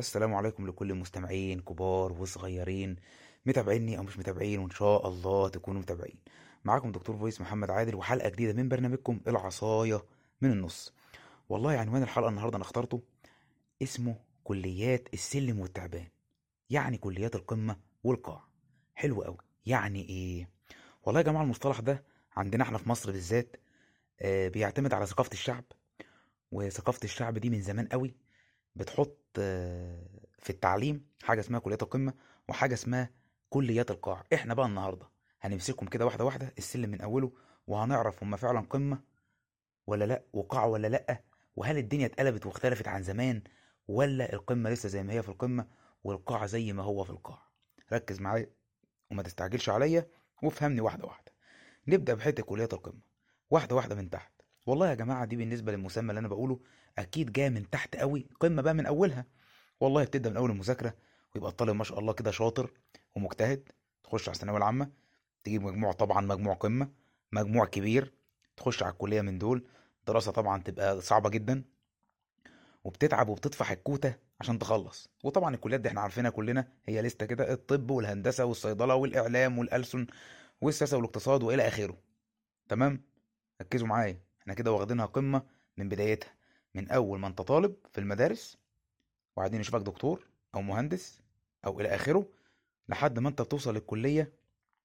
السلام عليكم لكل المستمعين كبار وصغيرين، متابعيني او مش متابعين، وان شاء الله تكونوا متابعين. معاكم دكتور فويس محمد عادل وحلقة جديدة من برنامجكم العصاية من النص. والله عنوان الحلقة النهاردة انا اخترته، اسمه كليات السلم والتعبان. يعني كليات القمة والقاع. حلو قوي. يعني ايه؟ والله يا جماعة المصطلح ده عندنا احنا في مصر بالذات بيعتمد على ثقافة الشعب. وثقافة الشعب دي من زمان قوي بتحط في التعليم حاجة اسمها كليات القمة وحاجة اسمها كليات القاع. احنا بقى النهاردة هنمسكهم كده واحدة واحدة السلم من أوله، وهنعرف هما فعلا قمة ولا لأ، وقاع ولا لأ، وهل الدنيا اتقلبت واختلفت عن زمان، ولا القمة لسه زي ما هي في القمة والقاع زي ما هو في القاع. ركز معايا وما تستعجلش عليا وافهمني واحدة واحدة. نبدأ بحتة كليات القمة واحدة واحدة من تحت. والله يا جماعة دي بالنسبة للمسمى اللي أنا بقوله أكيد جاية من تحت قوي، قمة بقى من أولها. والله بتبدأ من أول المذاكرة، ويبقى الطالب ما شاء الله كده شاطر ومجتهد، تخش على الثانوية العامة، تجيب مجموع، طبعا مجموع قمة، مجموع كبير، تخش على الكلية من دول. دراسة طبعا تبقى صعبة جدا، وبتتعب وبتدفع الكوتة عشان تخلص. وطبعا الكليات دي احنا عارفينها كلنا، هي لسته كده: الطب والهندسة والصيدلة والإعلام والألسن والسياسة والاقتصاد وإلى آخره. تمام. ركزوا معايا، احنا كده واخدينها قمة من بدايتها، من أول ما أنت طالب في المدارس، وبعدين يشوفك دكتور او مهندس او الى اخره، لحد ما انت بتوصل للكليه.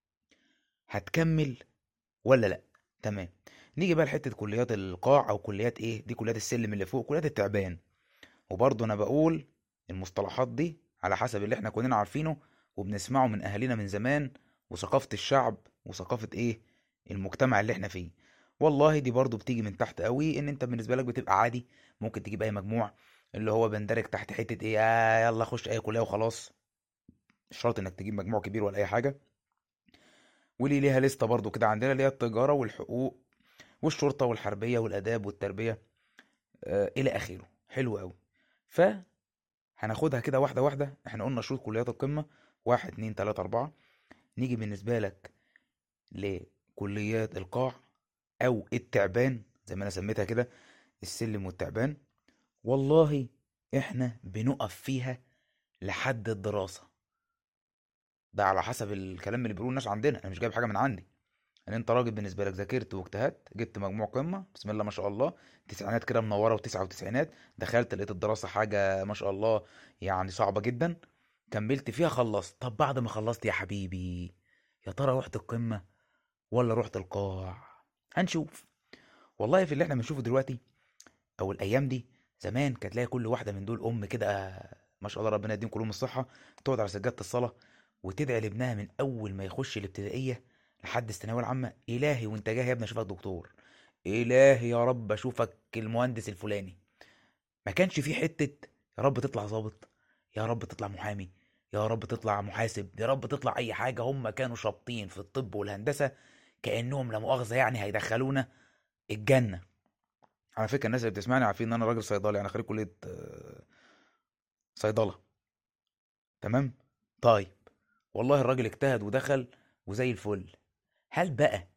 هتكمل ولا لا؟ تمام. نيجي بقى لحته كليات القاع او كليات ايه دي، كليات السلم اللي فوق، كليات التعبان. وبرضه انا بقول المصطلحات دي على حسب اللي احنا كلنا عارفينه وبنسمعه من اهالينا من زمان، وثقافه الشعب وثقافه ايه المجتمع اللي احنا فيه. والله دي برضه بتيجي من تحت قوي، ان انت بالنسبه لك بتبقى عادي، ممكن تجيب اي مجموع، اللي هو بندرج تحت حته ايه، يلا خش اي كليه وخلاص. مش شرط انك تجيب مجموع كبير ولا اي حاجه. وليه ليها لسته برضو كده عندنا، اللي هي التجاره والحقوق والشرطه والحربيه والاداب والتربيه الى اخره. حلو قوي. فهناخدها كده واحده واحده. احنا قلنا شروط كليات القمه: واحد اتنين تلاته اربعه. نيجي بالنسبه لك لكليات القاع او التعبان زي ما انا سميتها كده، السلم والتعبان. والله احنا بنقف فيها لحد الدراسه. ده على حسب الكلام اللي بيقولوه الناس عندنا، انا مش جايب حاجه من عندي. يعني انت راجل بالنسبه لك ذاكرت واجتهدت، جبت مجموع قمه بسم الله ما شاء الله، تسعينات كده منوره وتسعة وتسعينات، دخلت لقيت الدراسه حاجه ما شاء الله يعني صعبه جدا، كملت فيها خلصت. طب بعد ما خلصت يا حبيبي، يا ترى رحت القمه ولا رحت القاع؟ هنشوف. والله في اللي احنا بنشوفه دلوقتي او الايام دي، زمان كانت تلاقي كل واحده من دول ام كده ما شاء الله ربنا يديهم كلهم الصحه، تقعد على سجاده الصلاه وتدعي لابنها من اول ما يخش الابتدائيه لحد الثانويه العامه: الهي وانت جاي يا ابني اشوفك دكتور، الهي يا رب اشوفك المهندس الفلاني. ما كانش في حته يا رب تطلع ضابط، يا رب تطلع محامي، يا رب تطلع محاسب، يا رب تطلع اي حاجه. هم كانوا شابطين في الطب والهندسه كانهم لا مؤاخذه يعني هيدخلونا الجنه. على فكره الناس اللي بتسمعني عارفين ان انا راجل صيدلي، انا خريج كليه صيدله. تمام. طيب. والله الراجل اجتهد ودخل وزي الفل. هل بقى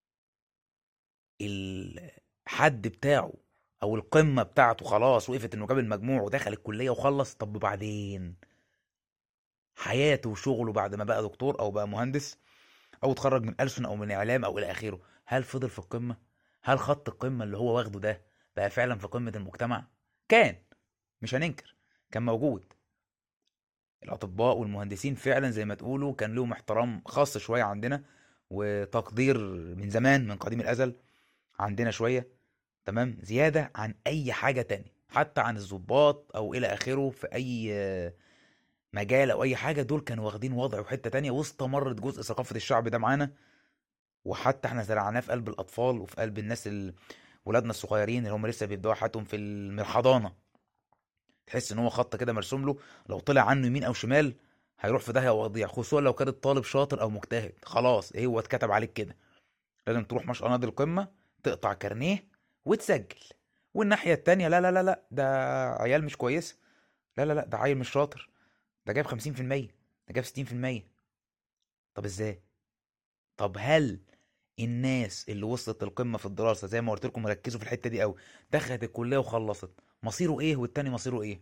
الحد بتاعه او القمه بتاعته خلاص وقفت انه جاب المجموع ودخل الكليه وخلص؟ طب وبعدين حياته وشغله بعد ما بقى دكتور او بقى مهندس او اتخرج من ألسن او من اعلام او الى اخره، هل فضل في القمه؟ هل خط القمه اللي هو واخده ده بقى فعلا في قمه المجتمع؟ كان، مش هننكر، كان موجود. الأطباء والمهندسين فعلا زي ما تقولوا كان لهم احترام خاص شوية عندنا، وتقدير من زمان من قديم الأزل عندنا شوية. تمام. زيادة عن أي حاجة تانية، حتى عن الضباط أو إلى آخره في أي مجال أو أي حاجة. دول كانوا واخدين وضع وحتة تانية، واستمرت جزء ثقافة الشعب ده معانا. وحتى احنا زرعناه في قلب الأطفال وفي قلب الناس ولادنا الصغيرين اللي هم لسه بيبدأوا حياتهم في الحضانة. تحس ان هو خط كده مرسوم له، لو طلع عنه يمين او شمال هيروح في داهيه ويضيع، خصوصا لو كان الطالب شاطر او مجتهد. خلاص ايه، هو اتكتب عليك كده، لازم تروح ما شاء الله نادي القمه، تقطع كارنيه وتسجل. والناحيه التانيه لا لا لا لا، ده عيال مش كويسه، لا لا لا ده عيل مش شاطر، ده جايب 50%، ده جايب 60%. طب ازاي؟ طب هل الناس اللي وصلت للقمه في الدراسه زي ما قلت لكم ركزوا في الحته دي قوي، دخلت الكليه وخلصت، مصيره ايه والتاني مصيره ايه؟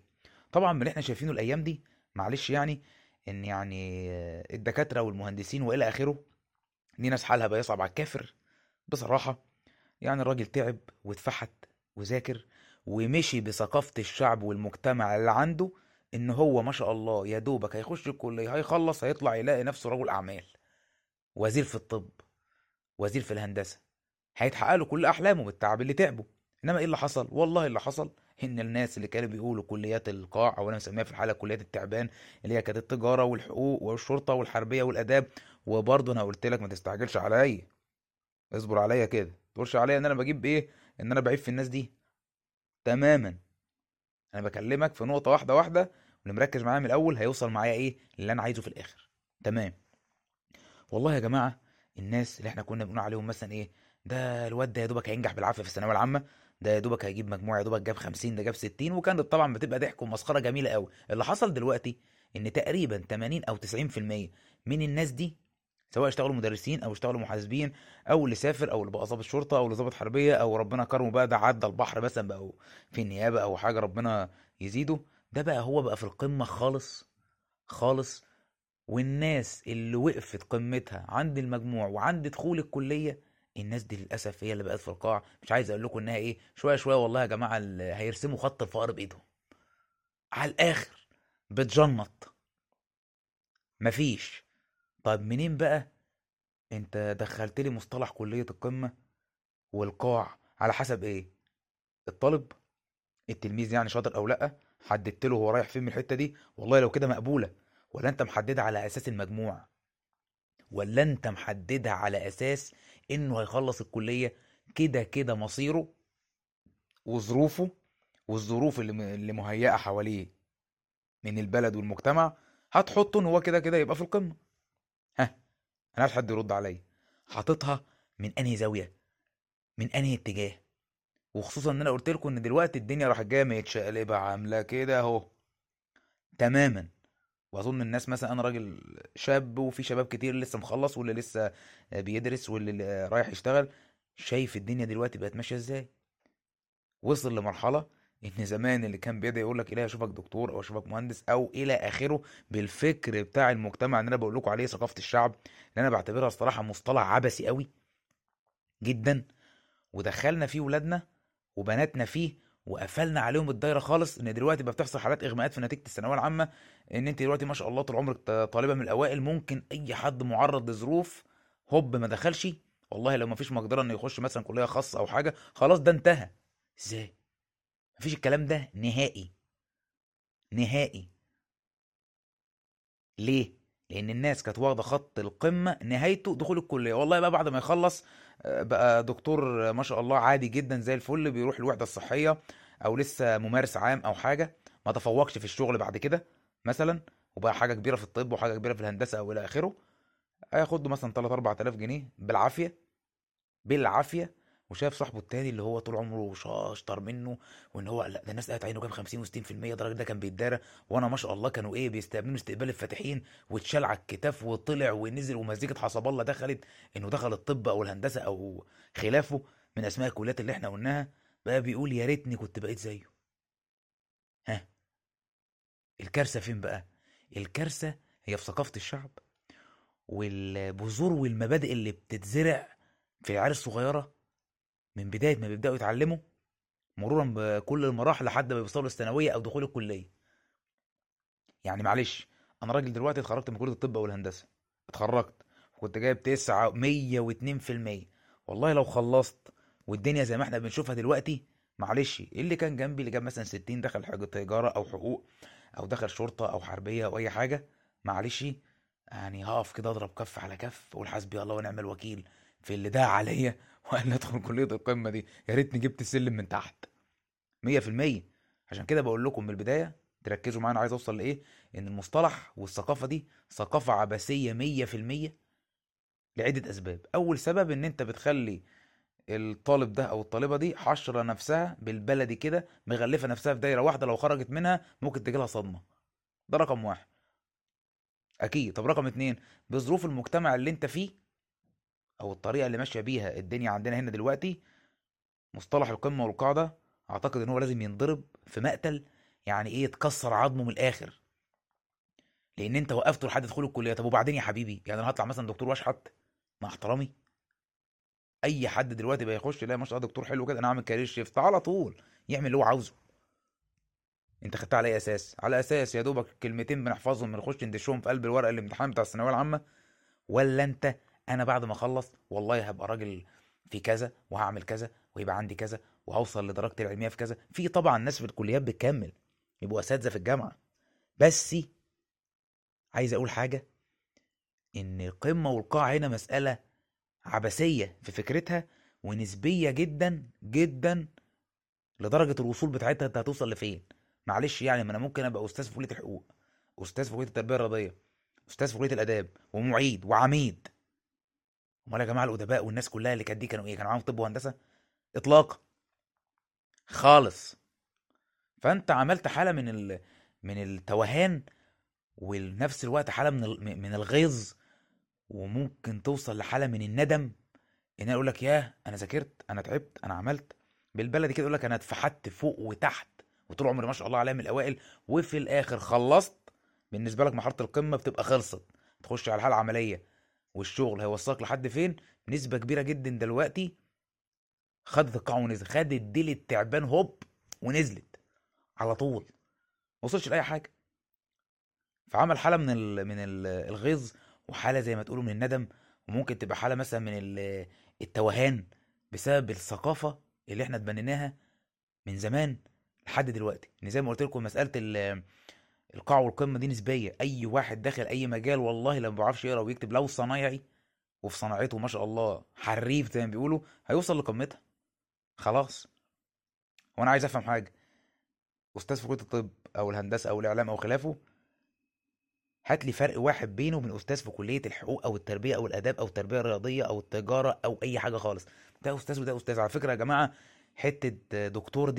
طبعا من اللي احنا شايفينه الايام دي، معلش يعني، ان يعني الدكاتره والمهندسين والى اخره، دي ناس حالها بقى يصعب على الكافر بصراحه. يعني الراجل تعب واتفحت وذاكر ومشي بثقافة الشعب والمجتمع اللي عنده، ان هو ما شاء الله يا دوبك هيخش الكلية هيخلص هيطلع يلاقي نفسه رجل اعمال، وزير في الطب، وزير في الهندسة، هيتحقق له كل احلامه بالتعب اللي تعبه. انما ايه اللي حصل؟ والله اللي حصل ان الناس اللي كانوا بيقولوا كليات القاع، او انا مسميها في الحاله كليات التعبان، اللي هي كانت التجاره والحقوق والشرطه والحربيه والاداب. وبرضه انا قلت لك ما تستعجلش عليا، اصبر عليا كده، ما تقولش عليا ان انا بجيب ايه، ان انا بعيب في الناس دي تماما. انا بكلمك في نقطه واحده واحده، واللي مركز معايا من الاول هيوصل معايا ايه اللي انا عايزه في الاخر. تمام. والله يا جماعه، الناس اللي احنا كنا بنقول عليهم مثلا ايه، ده الواد ده يا دوبك هينجح بالعافيه في الثانويه العامه، ده يا دوبك هيجيب مجموع، يا دوبك جاب 50، ده جاب 60، وكانت طبعا بتبقى ضحك ومسخره جميله قوي. اللي حصل دلوقتي ان تقريبا 80 او 90% من الناس دي، سواء اشتغلوا مدرسين او اشتغلوا محاسبين، او اللي سافر، او اللي بقى ضابط شرطه، او اللي ضابط حربيه، او ربنا كرمه بقى ده عدى البحر مثلا بقى في النيابه او حاجه ربنا يزيده، ده بقى هو بقى في القمه خالص خالص. والناس اللي وقفت قمتها عند المجموع وعند دخول الكليه، الناس دي للاسف هي اللي بقت في القاع. مش عايز اقول لكم انها ايه، شويه شويه والله يا جماعه هيرسموا خط الفقر بايدهم على الاخر، بتجنط، مفيش. طيب منين بقى انت دخلت لي مصطلح كليه القمه والقاع؟ على حسب ايه؟ الطالب، التلميذ يعني شاطر او لا؟ حددت له هو رايح فين من الحته دي؟ والله لو كده مقبوله. ولا انت محددها على اساس المجموع؟ ولا انت محددها على اساس انه هيخلص الكليه كده كده مصيره وظروفه، والظروف اللي مهيئه حواليه من البلد والمجتمع هتحطه ان هو كده كده يبقى في القمه؟ ها، انا عايز حد يرد عليا. حاططها من انهي زاويه، من انهي اتجاه؟ وخصوصا ان انا قلت لكم ان دلوقتي الدنيا راح جايه متشقلبه عامله كده اهو تماما. واظن الناس مثلا، انا راجل شاب وفي شباب كتير لسه مخلص واللي لسه بيدرس واللي رايح يشتغل، شايف الدنيا دلوقتي بقت ماشيه ازاي. وصل لمرحله ان زمان اللي كان بيدعي يقول لك الهي اشوفك دكتور او اشوفك مهندس او الى اخره، بالفكر بتاع المجتمع اللي انا بقول لكم عليه ثقافه الشعب، اللي انا بعتبرها الصراحه مصطلح عبثي قوي جدا، ودخلنا فيه ولادنا وبناتنا فيه، وقفلنا عليهم الدايره خالص. ان دلوقتي بقى بتحصل حالات اغماءات في نتيجه الثانويه العامه، ان انت دلوقتي ما شاء الله طول عمرك طالبه من الاوائل، ممكن اي حد معرض لظروف هوب ما دخلش، والله لو ما فيش مقدره انه يخش مثلا كليه خاصه او حاجه، خلاص ده انتهى. ازاي؟ مفيش الكلام ده نهائي نهائي. ليه؟ لان الناس كانت واخده خط القمه نهايته دخول الكليه. والله بقى بعد ما يخلص بقى دكتور ما شاء الله عادي جدا زي الفل، بيروح الوحده الصحيه، او لسه ممارس عام او حاجه، ما تفوقش في الشغل بعد كده مثلا، وبقى حاجه كبيره في الطب وحاجه كبيره في الهندسه او الى اخره، هياخد له مثلا 3 4000 جنيه بالعافيه بالعافيه. وشايف صاحبه التاني اللي هو طول عمره اشطر منه، وان هو لا، ده الناس قالت عينه جاب 50 و60%، ده الراجل ده كان بيتدارى، وانا ما شاء الله كانوا ايه بيستقبلوا استقبال الفاتحين، واتشال على الكتاف وطلع ونزل، ومزيكه حسب الله دخلت، انه دخل الطب او الهندسه او خلافه من اسماء الكليات اللي احنا قلناها، بقى بيقول يا ريتني كنت بقيت زيه. ها، الكارثه فين بقى؟ الكارثه هي في ثقافه الشعب، والبذور والمبادئ اللي بتتزرع في العيال الصغيره من بدايه ما بيبداوا يتعلموا، مرورا بكل المراحل لحد ما بيوصلوا للثانويه او دخول الكليه. يعني معلش، انا راجل دلوقتي اتخرجت من كليه الطب او الهندسه، اتخرجت وكنت جايب 9 102%. والله لو خلصت والدنيا زي ما احنا بنشوفها دلوقتي، معلش اللي كان جنبي اللي جاب مثلا 60 دخل حاجه تجاره او حقوق، او دخل شرطه او حربيه او اي حاجه، معلش يعني هقف كده اضرب كف على كف واقول حسبي الله ونعم الوكيل في اللي داع عليا وقال لي ادخل كليه القمه دي، يا ريتني جبت السلم من تحت 100%. عشان كده بقول لكم من البدايه تركزوا معايا، انا عايز اوصل لايه، ان المصطلح والثقافه دي ثقافه عبثيه 100%، لعده اسباب. اول سبب ان انت بتخلي الطالب ده او الطالبه دي حشره نفسها بالبلدي كده، مغلفه نفسها في دايره واحده، لو خرجت منها ممكن تجي لها صدمه. ده رقم واحد اكيد. طب رقم اتنين، بظروف المجتمع اللي انت فيه، او الطريقه اللي ماشيه بيها الدنيا عندنا هنا دلوقتي، مصطلح القمه والقاعده اعتقد ان هو لازم ينضرب في مقتل. يعني ايه تكسر عظمه من الاخر، لان انت وقفته لحد دخول الكليه. طب وبعدين يا حبيبي، يعني انا هطلع مثلا دكتور واشحت؟ مع احترامي، اي حد دلوقتي بقى يخش يلاقي ما شاء الله دكتور حلو كده، انا اعمل كارير شيفت على طول، يعمل اللي هو عاوزه. انت خدتها على اي اساس؟ على اساس يا دوبك كلمتين بنحفظهم بنخش ندشهم في قلب الورقه الامتحان بتاع الثانويه العامه؟ ولا انت انا بعد ما اخلص والله هبقى راجل في كذا وهعمل كذا ويبقى عندي كذا وهوصل لدرجتي العلميه في كذا؟ في طبعا ناس في الكليات بتكمل يبقوا اساتذه في الجامعه، بس عايز اقول حاجه، ان القمه والقاع هنا مساله عبثيه في فكرتها، ونسبيه جدا جدا لدرجه الوصول بتاعتها انت هتوصل لفين. معلش يعني، ما انا ممكن ابقى استاذ في كليه الحقوق، استاذ في كليه التربيه الرياضيه، استاذ في كليه الاداب ومعيد وعميد. امال يا جماعه الادباء والناس كلها اللي كانت دي كانوا ايه؟ كانوا معاهم طب وهندسه؟ اطلاقا خالص. فانت عملت حاله من التوهان، ونفس الوقت حاله من الغيظ، وممكن توصل لحاله من الندم، ان انا اقول لك ياه انا ذاكرت انا تعبت انا عملت، بالبلدي كده اقول لك انا اتفحت فوق وتحت، وطول عمري ما شاء الله عليا من الاوائل، وفي الاخر خلصت. بالنسبه لك مرحله القمه بتبقى خلصت، تخش على الحاله العمليه، والشغل هيوصلك لحد فين. نسبه كبيره جدا دلوقتي خدت القاع ونزل، خدت ديل التعبان هوب ونزلت على طول، ما وصلش لاي حاجه. فعمل حاله من الغيظ، وحاله زي ما تقولوا من الندم، وممكن تبقى حاله مثلا من التوهان، بسبب الثقافه اللي احنا اتبنيناها من زمان لحد دلوقتي. ان زي ما قلت لكم مساله القاع والقمه دي نسبيه، اي واحد داخل اي مجال والله لو ما بيعرفش يقرا ويكتب، لو صنايعي وفي صناعته ما شاء الله حريف زي ما بيقولوا، هيوصل لقمتها خلاص. وانا عايز افهم حاجه، استاذ في كليه الطب او الهندسه او الاعلام او خلافه، هات لي فرق واحد بينه وبين استاذ في كليه الحقوق او التربيه او الاداب او التربيه الرياضيه او التجاره او اي حاجه خالص. ده استاذ وده استاذ. على فكره يا جماعه، حته دكتور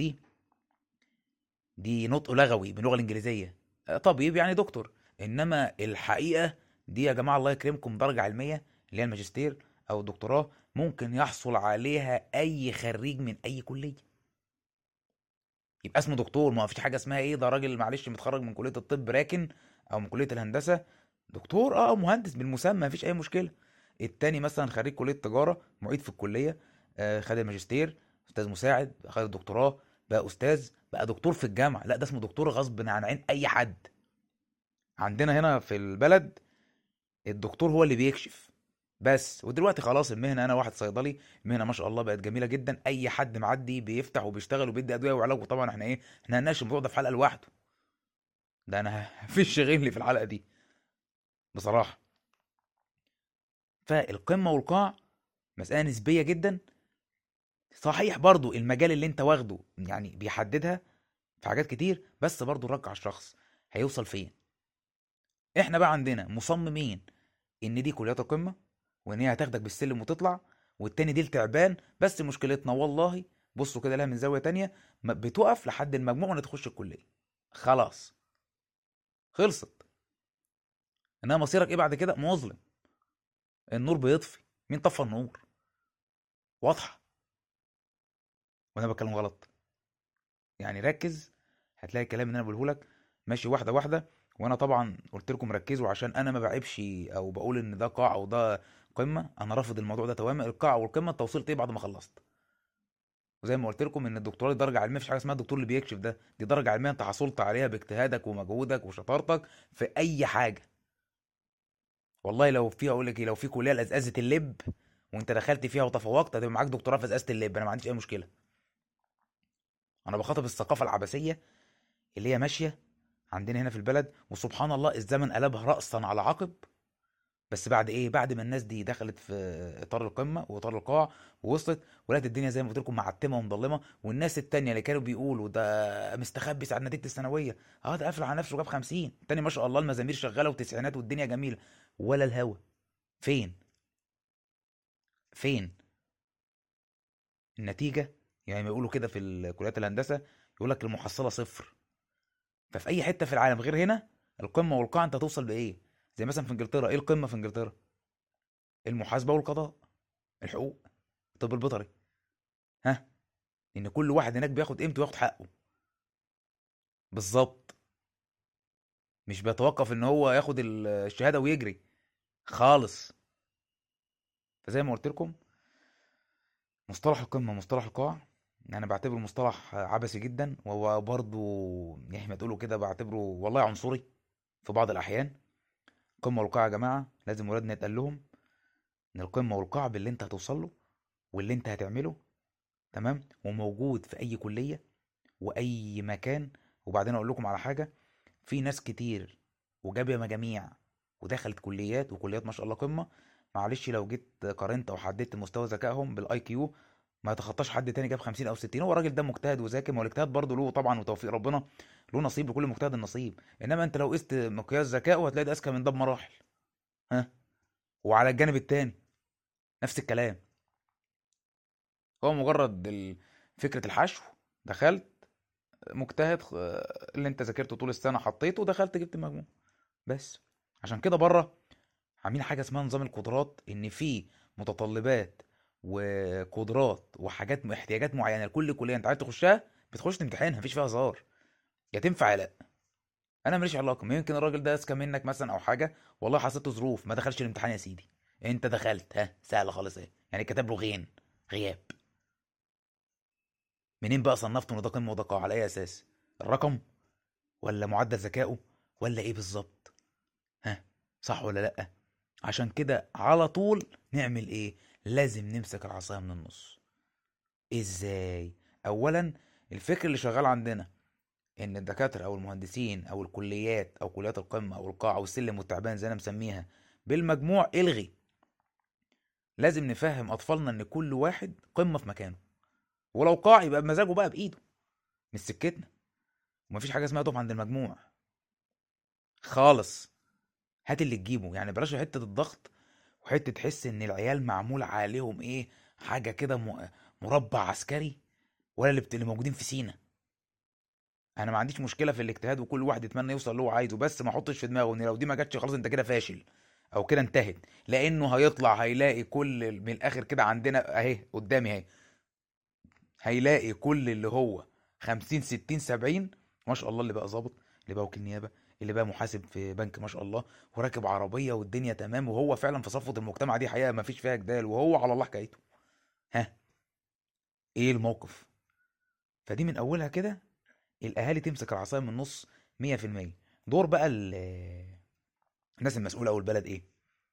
دي نطق لغوي باللغه الانجليزيه، طبيب يعني دكتور، انما الحقيقه دي يا جماعه الله يكرمكم درجه علميه اللي هي الماجستير او الدكتوراه، ممكن يحصل عليها اي خريج من اي كليه يبقى اسمه دكتور. ما فيش حاجه اسمها ايه ده راجل معلش متخرج من كليه الطب راكن، او من كليه الهندسه دكتور، مهندس بالمسمى، ما فيش اي مشكله. التاني مثلا خريج كليه تجاره، معيد في الكليه، خد الماجستير، استاذ مساعد، خد الدكتوراه، بقى استاذ، بقى دكتور في الجامعه، لا ده اسمه دكتور غصب عن عين اي حد. عندنا هنا في البلد الدكتور هو اللي بيكشف بس. ودلوقتي خلاص المهنه، انا واحد صيدلي، المهنه ما شاء الله بقت جميله جدا، اي حد معدي بيفتح وبيشتغل وبيدي ادويه وعلاج. وطبعا احنا ايه، احنا هنناقش الموضوع ده في حلقه لوحده، ده انا مفيش غير لي في الحلقه دي بصراحه. فالقمه والقاع مساله نسبيه جدا. صحيح برضو المجال اللي انت واخده يعني بيحددها في حاجات كتير، بس برضو رجع الشخص هيوصل فين. احنا بقى عندنا مصممين ان دي كليات القمه، وان هي هتاخدك بالسلم وتطلع، والتاني دي التعبان. بس مشكلتنا والله، بصوا كده لها من زاويه تانية، بتقف لحد المجموع وانت تخش الكليه خلاص، خلصت. انما مصيرك ايه بعد كده؟ مظلم، النور بيطفي. مين طفى النور؟ واضحه وانا بتكلم غلط؟ يعني ركز، هتلاقي الكلام اللي انا بقوله لك ماشي واحده واحده. وانا طبعا قلت لكم ركزوا عشان انا ما بعيبش او بقول ان ده قاع او ده قمه، انا رافض الموضوع ده تماما. القاع والقمه انت وصلت ايه بعد ما خلصت؟ وزي ما قلت لكم ان الدكتوراه دي درجه علميه، مفيش حاجه اسمها الدكتور اللي بيكشف ده، دي درجه علميه انت حصلت عليها باجتهادك ومجهودك وشطارتك في اي حاجه. والله لو في، اقول لك ايه، لو في كليه لازازه اللب وانت دخلت فيها وتفوقت، هتبقى معاك دكتوراه في ازازه اللب، انا ما عنديش اي مشكله. انا بخاطب الثقافه العبثيه اللي هي ماشيه عندنا هنا في البلد، وسبحان الله الزمن قلبها رأسا على عقب. بس بعد ايه؟ بعد ما الناس دي دخلت في اطار القمه واطار القاع ووصلت، ولقت الدنيا زي ما قلت لكم معتمه ومظلمه، والناس التانيه اللي كانوا بيقولوا ده مستخبي ساعه نتيجه الثانويه، ده قافل على نفسه جاب 50، التاني ما شاء الله المزامير شغاله وتسعينات والدنيا جميله، ولا الهوا. فين؟ فين النتيجه؟ يعني ما يقولوا كده في كليات الهندسه، يقول لك المحصله صفر. ففي اي حته في العالم غير هنا، القمه والقاع انت توصل بايه؟ زي مثلا في انجلترا، ايه القمه في انجلترا؟ المحاسبه والقضاء، الحقوق، الطب البيطري. ها، ان كل واحد هناك بياخد قيمته وياخد حقه. بالظبط. مش بيتوقف ان هو ياخد الشهاده ويجري خالص. فزي ما قلت لكم، مصطلح القمه مصطلح القاع انا بعتبره مصطلح عبثي جدا، وهو برضه يعني ما تقولوا كده بعتبره والله عنصري في بعض الاحيان. القمه والقاع يا جماعه لازم ولادنا يتقال لهم ان القمه والقاع باللي انت هتوصل له واللي انت هتعمله، تمام، وموجود في اي كليه واي مكان. وبعدين اقول لكم على حاجه، في ناس كتير وجاب مجاميع ودخلت كليات وكليات ما شاء الله قمه، معلش لو جيت قارنت او حددت مستوى ذكائهم بالاي كيو ما يتخطاش حد تاني جاب 50 او 60. هو الراجل ده مجتهد وذاكر، ما هو الاجتهاد برضه له طبعا وتوفيق ربنا، له نصيب لكل مجتهد النصيب. انما انت لو قست مقياس ذكائه هتلاقي ده اذكى من ده بمراحل. ها. وعلى الجانب التاني نفس الكلام. هو مجرد فكره الحشو، دخلت مجتهد، اللي انت ذاكرته طول السنه حطيته ودخلت جبت مجموع بس. عشان كده بره عاملين حاجه اسمها نظام القدرات، ان في متطلبات وقدرات وحاجات احتياجات معينه لكل كليه انت عايز تخشها، بتخش تمتحنها مفيش فيها هزار، يا تنفع يا لا. انا ماليش علاقه، ما يمكن الراجل ده اذكى منك مثلا او حاجه، والله حسيته ظروف ما دخلش الامتحان يا سيدي. انت دخلت، ها سهله خالص اهي، يعني كتب له غياب. منين بقى صنفته انه ده قمه وده قاع؟ على اي اساس؟ الرقم ولا معدل ذكائه ولا ايه بالظبط؟ ها، صح ولا لا؟ عشان كده على طول نعمل ايه؟ لازم نمسك العصايه من النص. ازاي؟ اولا، الفكر اللي شغال عندنا ان الدكاتره او المهندسين او الكليات او كليات القمه او القاع او السلم والتعبان زي انا مسميها بالمجموع الغي. لازم نفهم اطفالنا ان كل واحد قمه في مكانه، ولو قاع يبقى بمزاجه بقى بايده، مش سكتنا. ومفيش حاجه اسمها تقف عند المجموع خالص. هات اللي تجيبه، يعني بلاش حته الضغط وحته تحس ان العيال معمول عليهم ايه، حاجه كده مربع عسكري، ولا اللي موجودين في سينا. انا ما عنديش مشكله في الاجتهاد وكل واحد يتمنى يوصل اللي هو عايزه، بس ما احطش في دماغه ان لو دي ما جاتش خلاص انت كده فاشل او كده انتهت. لانه هيطلع هيلاقي كل من الاخر كده عندنا اهي قدامي اهي، هيلاقي كل اللي هو 50 60 70 ما شاء الله، اللي بقى ظابط، اللي بقى وكيل نيابه، اللي بقى محاسب في بنك ما شاء الله، وراكب عربيه والدنيا تمام، وهو فعلا في صفوه المجتمع، دي حقيقه ما فيش فيها جدال، وهو على الله حكايته. ها، ايه الموقف؟ فدي من اولها كده الاهالي تمسك العصايه من النص 100%. دور بقى الناس المسؤوله او البلد ايه؟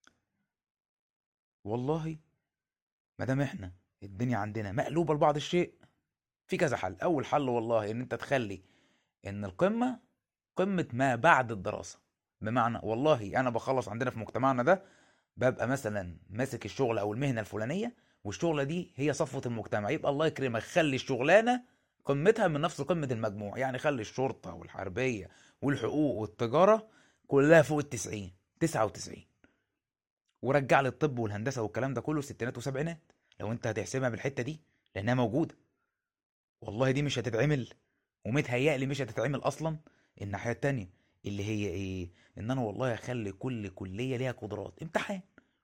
والله ما دام احنا الدنيا عندنا مقلوبه لبعض الشيء، في كذا حل. اول حل والله ان انت تخلي ان القمه قمه ما بعد الدراسه. بمعنى والله انا بخلص عندنا في مجتمعنا ده، ببقى مثلا ماسك الشغل او المهنه الفلانيه، والشغله دي هي صفوه المجتمع، يبقى الله يكرمك خلي الشغلانه قمتها من نفس قمه المجموع. يعني خلي الشرطه والحربيه والحقوق والتجاره كلها فوق ال90 99، ورجع لي الطب والهندسه والكلام ده كله ستينات وسبعينات لو انت هتحسبها بالحته دي، لانها موجوده. والله دي مش هتتعمل، ومتهيألي مش هتتعمل اصلا. الناحيه التانيه اللي هي ايه؟ ان انا والله اخلي كل كليه ليها قدرات امتحان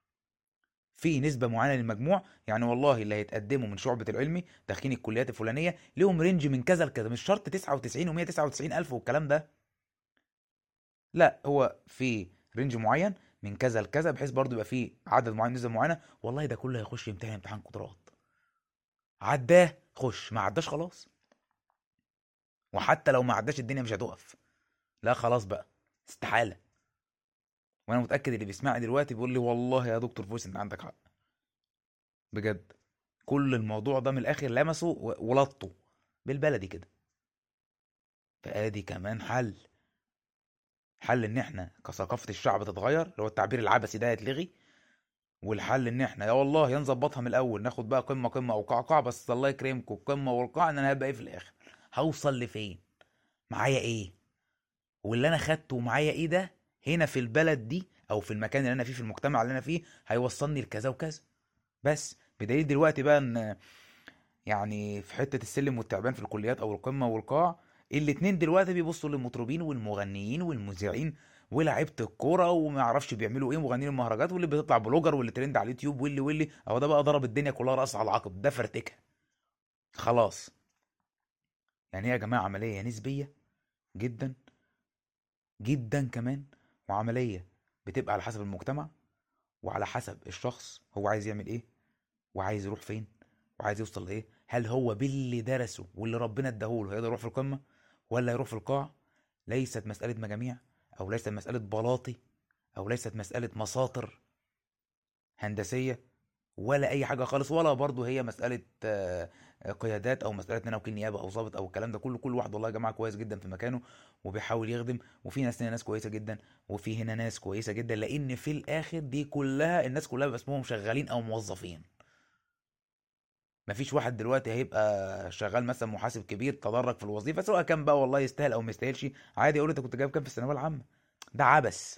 في نسبه معينه للمجموع. يعني والله اللي هيتقدموا من شعبه العلمي داخلين الكليات الفلانيه ليهم رينج من كذا لكذا، مش شرط 99 و199 الف والكلام ده. لا، هو في رينج معين من كذا لكذا، بحيث برضو يبقى في عدد معين نسبه معينه. والله ده كله هيخش يمتحن امتحان قدرات، عداه خش، ما عداش خلاص. وحتى لو ما عداش الدنيا مش هتقف، لا خلاص بقى، استحاله. وانا متاكد اللي بيسمعني دلوقتي بيقول لي والله يا دكتور فويس انت عندك حق بجد. كل الموضوع ده من الاخر لمسه ولطه بالبلدي كده. فادي كمان حل. حل ان احنا كثقافه الشعب تتغير، اللي هو التعبير العبثي ده يتلغي. والحل ان احنا يا والله يا نظبطها من الاول، ناخد بقى قمه قمه او قاع قاع، بس الله يكرمكم القمه والقاع ان انا هبقى ايه في الاخر، هوصل لفين، معايا ايه، واللي انا خدته معايا ايه ده هنا في البلد دي او في المكان اللي انا فيه في المجتمع اللي انا فيه هيوصلني لكذا وكذا. بس بدليل دلوقتي بقى ان يعني في حته السلم والتعبان في الكليات او القمه والقاع، الاتنين دلوقتي بيبصوا للمطربين والمغنيين والمذيعين ولاعيبه الكوره وما يعرفش بيعملوا ايه، مغنيين المهرجانات، واللي بتطلع بلوجر واللي ترند على اليوتيوب واللي اهو ده بقى ضرب الدنيا كلها رأس على العقب، ده فرتكه خلاص. يعني هي يا جماعه عمليه نسبيه، جدا جدا كمان، وعملية بتبقى على حسب المجتمع وعلى حسب الشخص هو عايز يعمل ايه وعايز يروح فين وعايز يوصل لايه. هل هو باللي درسه واللي ربنا اداهوله هيقدر يروح في القمة ولا يروح في القاع؟ ليست مسألة مجاميع، او ليست مسألة بلاطي، او ليست مسألة مساطر هندسية، ولا اي حاجة خالص، ولا برضه هي مسألة قيادات، او مسألة ان انا وكيل نيابة او ضابط او الكلام ده كله. كل واحد والله يا جماعة كويس جدا في مكانه وبيحاول يخدم، وفي ناس هنا ناس كويسة جدا وفي هنا ناس كويسة جدا، لان في الاخر دي كلها الناس كلها بيبقى اسمهم شغالين او موظفين. مفيش واحد دلوقتي هيبقى شغال مثلا محاسب كبير تدرج في الوظيفة، سواء كان بقى والله يستاهل او ما يستاهلش، عادي يقول انت كنت جايب كام في الثانوية العامة. ده عبث.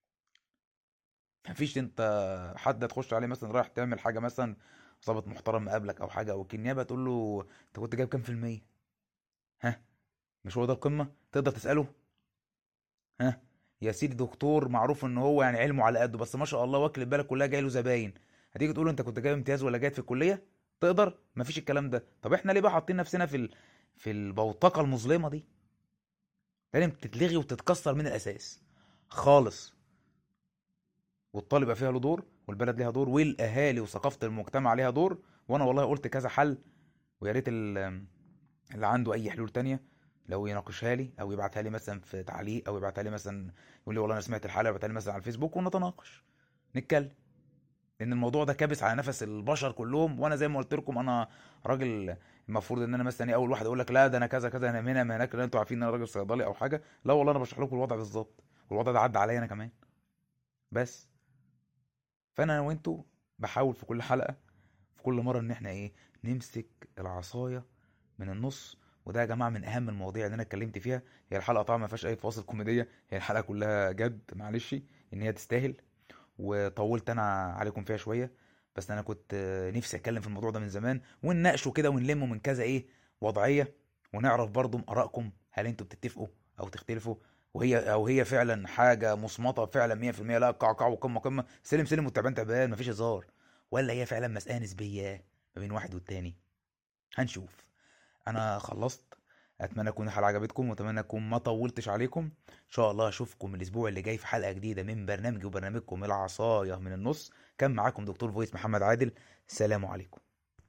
مفيش انت حد تخش عليه مثلا رايح تعمل حاجه، مثلا ضابط محترم مقابلك او حاجه او وكيل نيابه، تقول له انت كنت جايب كام في المية؟ ها؟ مش هو ده القمه؟ تقدر تساله؟ ها؟ يا سيدي دكتور معروف ان هو يعني علمه على قده، بس ما شاء الله واكل البلد كلها جاي له زباين، هتيجي تقول له انت كنت جايب امتياز ولا جايب في الكليه؟ تقدر؟ مفيش الكلام ده. طب احنا ليه بقى حاطين نفسنا في البوتقه المظلمه دي؟ لازم تتلغي وتتكسر من الاساس خالص. والطالب يبقى فيها له دور، والبلد ليها دور، والاهالي وثقافه المجتمع ليها دور. وانا والله قلت كذا حل، ويا ريت اللي عنده اي حلول تانية لو يناقشها لي او يبعتها لي مثلا في تعليق، او يبعتها لي مثلا يقول لي والله انا سمعت الحلقه، يبعتها لي مثلا على الفيسبوك ونتناقش نتكلم. لان الموضوع ده كابس على نفس البشر كلهم، وانا زي ما قلت لكم انا راجل، المفروض ان انا مثلا اول واحد اقول لك لا ده انا كذا كذا، انا من هنا من هناك، لا انتوا عارفين ان انا راجل صيدلي او حاجه. لا والله انا بشرح لكم الوضع بالظبط، والوضع ده عدى عليا انا كمان. بس فانا وانتوا بحاول في كل حلقه، في كل مره، ان احنا ايه، نمسك العصايه من النص. وده يا جماعه من اهم المواضيع اللي انا اتكلمت فيها. هي الحلقه طبعا ما فيهاش اي فواصل كوميديه، هي الحلقه كلها جد، معلش ان هي تستاهل. وطولت انا عليكم فيها شويه، بس انا كنت نفسي اتكلم في الموضوع ده من زمان، ونناقشه كده ونلمه من كذا ايه وضعيه، ونعرف برضو ارائكم، هل انتوا بتتفقوا او تختلفوا، وهي فعلا حاجه مصمته فعلا 100%، لا قاع قاع وقمه قمه، سلم سلم والتعبان تعبان، مفيش هزار، ولا هي فعلا مسألة نسبيه ما بين واحد والتاني؟ هنشوف. انا خلصت. اتمنى تكون الحلقه عجبتكم، واتمنى اكون ما طولتش عليكم. ان شاء الله اشوفكم الاسبوع اللي جاي في حلقه جديده من برنامجي وبرنامجكم العصايه من النص. كان معاكم دكتور فويس محمد عادل. سلام عليكم.